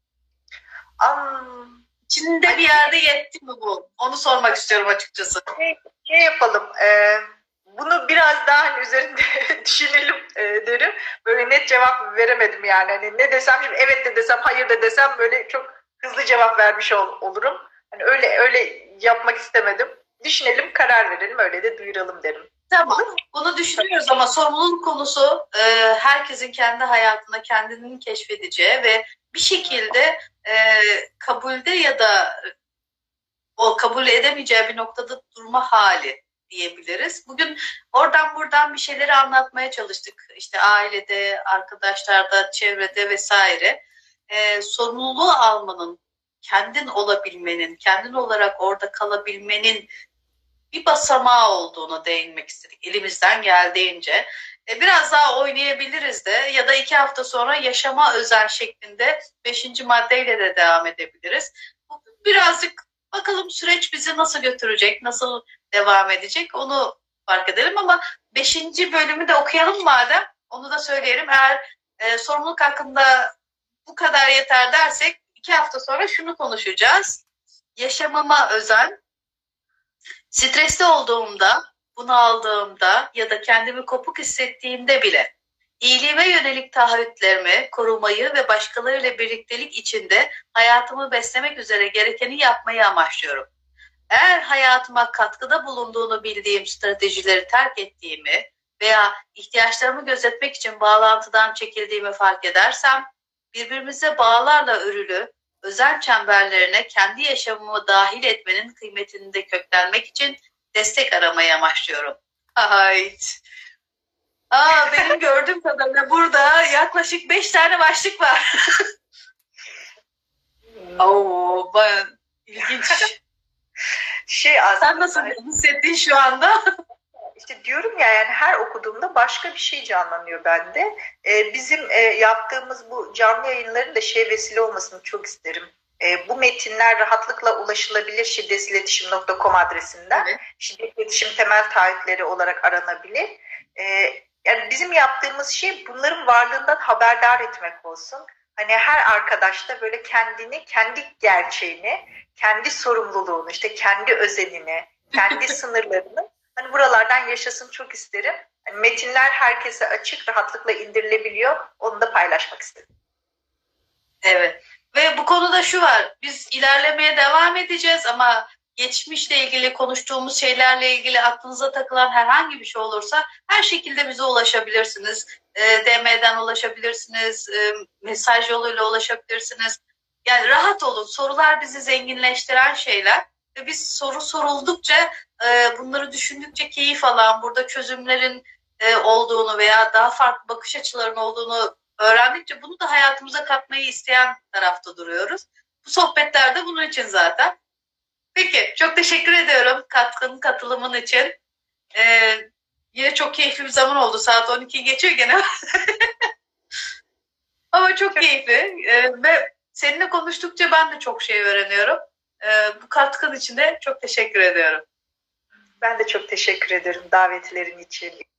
İçinde bir yerde yetti mi bu? Onu sormak istiyorum açıkçası. Şey yapalım. Bunu biraz daha hani üzerinde düşünelim derim. Böyle net cevap veremedim yani. Hani ne desem şimdi evet de desem hayır da desem böyle çok hızlı cevap vermiş olurum. Hani öyle yapmak istemedim. Düşünelim, karar verelim, öyle de duyuralım derim. Tamam. Bunu düşünüyoruz ama sorumluluk konusu herkesin kendi hayatında kendini keşfedeceği ve bir şekilde kabulde ya da o kabul edemeyeceği bir noktada durma hali diyebiliriz. Bugün oradan buradan bir şeyleri anlatmaya çalıştık. İşte ailede, arkadaşlarda, çevrede vesaire. Sorumluluğu almanın, kendin olabilmenin, kendin olarak orada kalabilmenin bir basamağı olduğunu değinmek istedik elimizden geldiğince. Biraz daha oynayabiliriz de ya da 2 hafta sonra yaşama özel şeklinde 5. maddeyle de devam edebiliriz. Birazcık bakalım süreç bizi nasıl götürecek, nasıl devam edecek onu fark edelim ama 5. bölümü de okuyalım madem. Onu da söyleyelim. Eğer sorumluluk hakkında bu kadar yeter dersek 2 hafta sonra şunu konuşacağız. Yaşamama özel, stresli olduğumda, bunaldığımda ya da kendimi kopuk hissettiğimde bile iyiliğime yönelik taahhütlerimi korumayı ve başkalarıyla birliktelik içinde hayatımı beslemek üzere gerekeni yapmayı amaçlıyorum. eğer hayatıma katkıda bulunduğunu bildiğim stratejileri terk ettiğimi veya ihtiyaçlarımı gözetmek için bağlantıdan çekildiğimi fark edersem, birbirimize bağlarla örülü özel çemberlerine kendi yaşamımı dahil etmenin kıymetinde köklenmek için destek aramaya amaçlıyorum. Hayt. Benim gördüğüm kadarıyla burada yaklaşık 5 tane başlık var. Bayağı ilginç. Sen nasıl hissettin şu anda? İşte diyorum ya, yani her okuduğumda başka bir şey canlanıyor bende. Bizim yaptığımız bu canlı yayınların da vesile olmasını çok isterim. Bu metinler rahatlıkla ulaşılabilir şiddetiletişim.com adresinden. Evet. Şiddet iletişim temel taahhütleri olarak aranabilir. Yani bizim yaptığımız şey bunların varlığından haberdar etmek olsun. Hani her arkadaş da böyle kendini, kendi gerçeğini, kendi sorumluluğunu, işte kendi özelini, kendi sınırlarını hani buralardan yaşasın çok isterim. Yani metinler herkese açık, rahatlıkla indirilebiliyor. Onu da paylaşmak istedim. Evet. Ve bu konuda şu var. Biz ilerlemeye devam edeceğiz ama geçmişle ilgili konuştuğumuz şeylerle ilgili aklınıza takılan herhangi bir şey olursa her şekilde bize ulaşabilirsiniz. DM'den ulaşabilirsiniz, mesaj yoluyla ulaşabilirsiniz. Yani rahat olun. Sorular bizi zenginleştiren şeyler. Ve biz soru soruldukça, bunları düşündükçe keyif alan, burada çözümlerin olduğunu veya daha farklı bakış açılarının olduğunu öğrendikçe bunu da hayatımıza katmayı isteyen tarafta duruyoruz. Bu sohbetler de bunun için zaten. Peki, çok teşekkür ediyorum katılımın için. Yine çok keyifli bir zaman oldu. Saat 12 geçiyor gene. Ama çok keyifli. Ve seninle konuştukça ben de çok şey öğreniyorum. Bu katkın için de çok teşekkür ediyorum. Ben de çok teşekkür ederim davetlerin için.